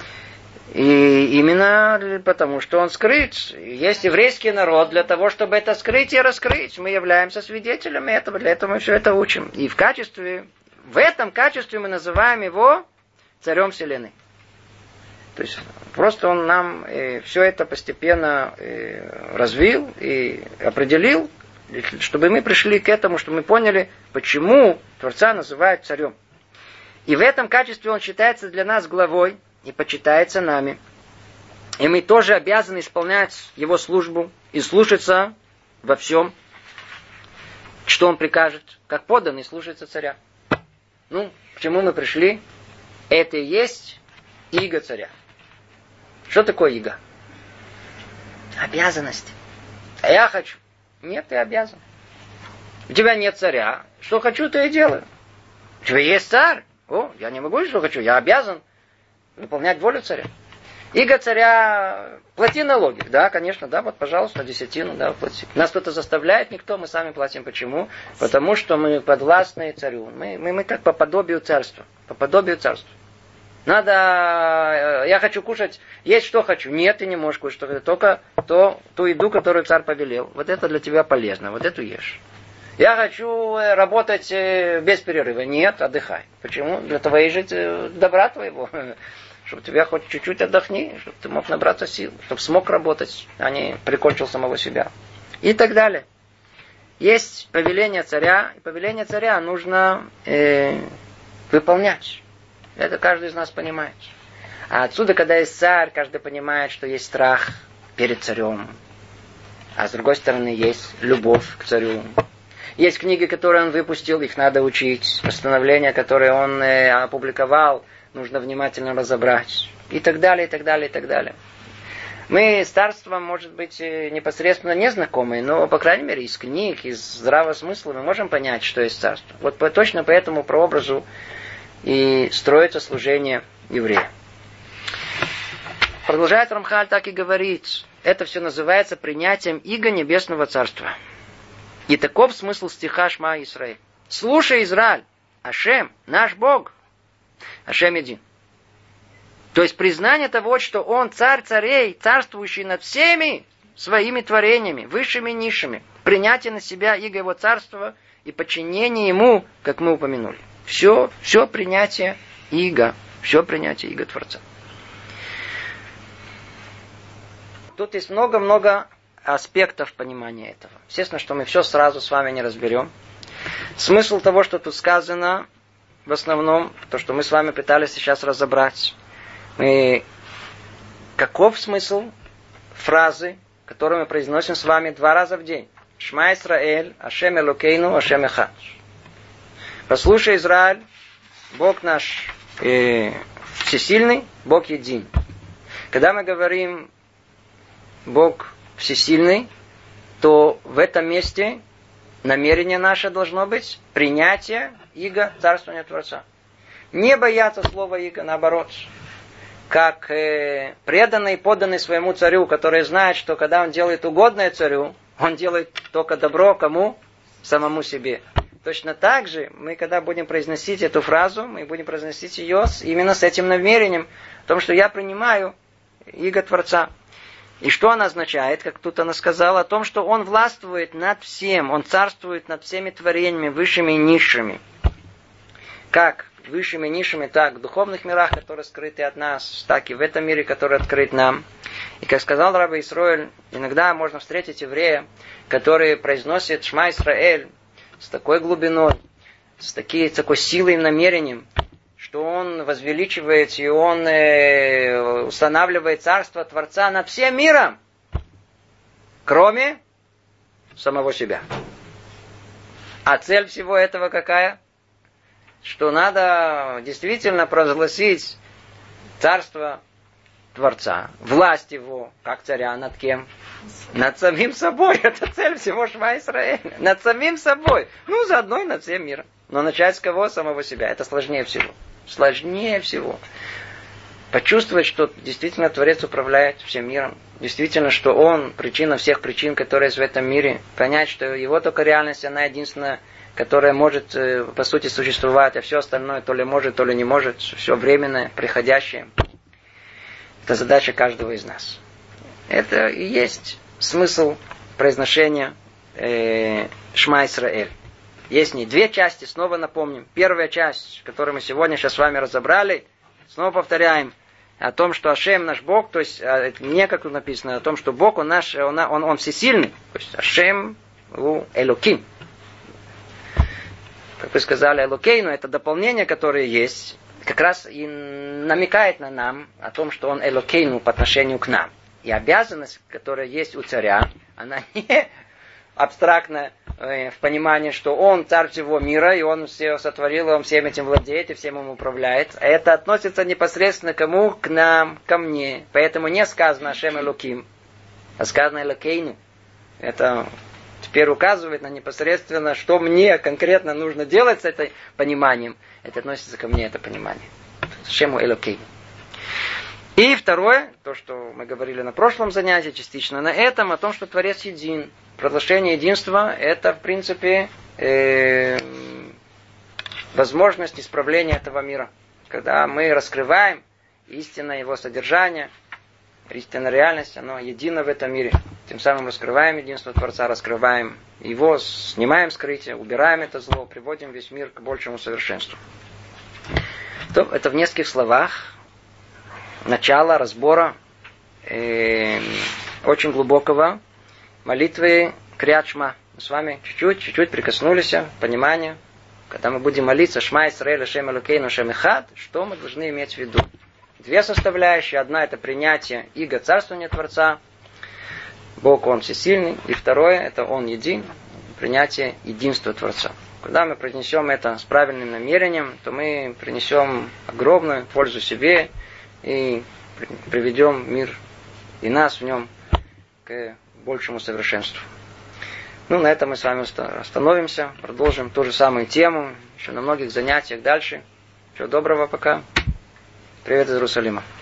И именно потому, что он скрыт. Есть еврейский народ для того, чтобы это скрыть и раскрыть. Мы являемся свидетелями этого, для этого мы все это учим. И в этом качестве мы называем его царем вселенной. То есть просто он нам все это постепенно развил и определил, чтобы мы пришли к этому, чтобы мы поняли, почему Творца называют царем. И в этом качестве он считается для нас главой и почитается нами. И мы тоже обязаны исполнять его службу и слушаться во всем, что он прикажет, как подданный слушается царя. Ну, к чему мы пришли? Это и есть иго царя. Что такое иго? Обязанность. А я хочу. Нет, ты обязан. У тебя нет царя. Что хочу, то и делаю. У тебя есть царь. О, я не могу, что хочу. Я обязан выполнять волю царя. Иго царя, плати налоги. Да, конечно, да, вот, пожалуйста, десятину, да, плати. Нас кто-то заставляет, никто, мы сами платим. Почему? Потому что мы подвластны царю. Мы как по подобию царства. По подобию царства. Я хочу кушать, есть что хочу. Нет, ты не можешь кушать, что хочу. Только ту еду, которую царь повелел. Вот это для тебя полезно, вот эту ешь. Я хочу работать без перерыва. Нет, отдыхай. Почему? Для твоей же добра твоего. Чтобы тебя хоть чуть-чуть отдохни, чтобы ты мог набраться сил, чтобы смог работать, а не прикончил самого себя. И так далее. Есть повеление царя, и повеление царя нужно выполнять. Это каждый из нас понимает. А отсюда, когда есть царь, каждый понимает, что есть страх перед царем. А с другой стороны, есть любовь к царю. Есть книги, которые он выпустил, их надо учить. Постановления, которые он опубликовал, нужно внимательно разобрать. И так далее, и так далее, и так далее. Мы с царством, может быть, непосредственно не знакомы, но, по крайней мере, из книг, из здравого смысла мы можем понять, что есть царство. Вот точно по этому прообразу и строится служение еврея. Продолжает Рамхаль так и говорит. Это все называется принятием иго небесного царства. И таков смысл стиха Шма Исраэль. Слушай, Израиль, Ашем, наш Бог, Ашем един. То есть признание того, что Он царь царей, царствующий над всеми своими творениями, высшими и низшими. Принятие на себя иго Его царства и подчинение Ему, как мы упомянули. Все принятие иго. Все принятие иго Творца. Тут есть много-много аспектов понимания этого. Естественно, что мы все сразу с вами не разберем. Смысл того, что тут сказано, в основном, то, что мы с вами пытались сейчас разобрать. Каков смысл фразы, которую мы произносим с вами 2 раза в день? Шма Исраэль, Ашем Элокейну, Ашем Эхад. Послушай, Израиль, Бог наш всесильный, Бог един. Когда мы говорим Бог всесильный, то в этом месте намерение наше должно быть принятие иго царствования Творца. Не бояться слова иго, наоборот. Как преданный, подданный своему царю, который знает, что когда он делает угодное царю, он делает только добро кому? Самому себе. Точно так же мы, когда будем произносить эту фразу, мы будем произносить ее именно с этим намерением, о том, что я принимаю иго Творца. И что она означает, как тут она сказала, о том, что он властвует над всем, он царствует над всеми творениями, высшими и низшими. Как высшими и низшими, так в духовных мирах, которые скрыты от нас, так и в этом мире, который открыт нам. И как сказал Рав Исроэль, иногда можно встретить еврея, который произносит Шма Исраэль с такой глубиной, с такой силой и намерением, что он возвеличивает и он устанавливает царство Творца над всем миром, кроме самого себя. А цель всего этого какая? Что надо действительно провозгласить царство Творца, власть его, как царя, над кем? Над самим собой. Это цель всего Шма Исраэль. Над самим собой. Заодно и над всем миром. Но начать с кого? Самого себя. Это сложнее всего. Сложнее всего. Почувствовать, что действительно Творец управляет всем миром. Действительно, что Он причина всех причин, которые есть в этом мире. Понять, что Его только реальность, она единственная, которая может, по сути, существовать, а все остальное то ли может, то ли не может. Все временное, приходящее. Это задача каждого из нас. Это и есть смысл произношения Шма Исраэль. Есть не 2 части, снова напомним. Первая часть, которую мы сегодня сейчас с вами разобрали, снова повторяем о том, что Ашем наш Бог, то есть не как тут написано, о том, что Бог он наш, он всесильный. То есть Ашем у Элоким. Как вы сказали, Элокейну, это дополнение, которое есть, как раз и намекает на нам о том, что он Элокейну по отношению к нам. И обязанность, которая есть у царя, она не абстрактная в понимании, что он царь всего мира, и он все сотворил, и он всем этим владеет, и всем им управляет. А это относится непосредственно к кому? К нам, ко мне. Поэтому не сказано Ашем Элоким, а сказано Элокейну. Это теперь указывает на непосредственно, что мне конкретно нужно делать с этим пониманием. Это относится ко мне, это понимание. Ашему Элокейну. И второе, то, что мы говорили на прошлом занятии, частично на этом, о том, что Творец един. Проглашение единства – это, в принципе, возможность исправления этого мира. Когда мы раскрываем истинное его содержание, истинная реальность, оно едино в этом мире. Тем самым раскрываем единство Творца, раскрываем его, снимаем скрытие, убираем это зло, приводим весь мир к большему совершенству. То, это в нескольких словах начало разбора очень глубокого молитвы Криат Шма. Мы с вами чуть-чуть прикоснулись к пониманию, когда мы будем молиться Шма Исраэль Ашем Элокейну Ашем Эхад, что мы должны иметь в виду. 2 составляющие. Одна – это принятие иго царствования Творца. Бог, Он всесильный. И второе – это Он един. Принятие единства Творца. Когда мы произнесем это с правильным намерением, то мы принесем огромную пользу себе и приведем мир и нас в нем к большему совершенству. На этом мы с вами остановимся. Продолжим ту же самую тему. Еще на многих занятиях дальше. Всего доброго, пока. Привет из Иерусалима.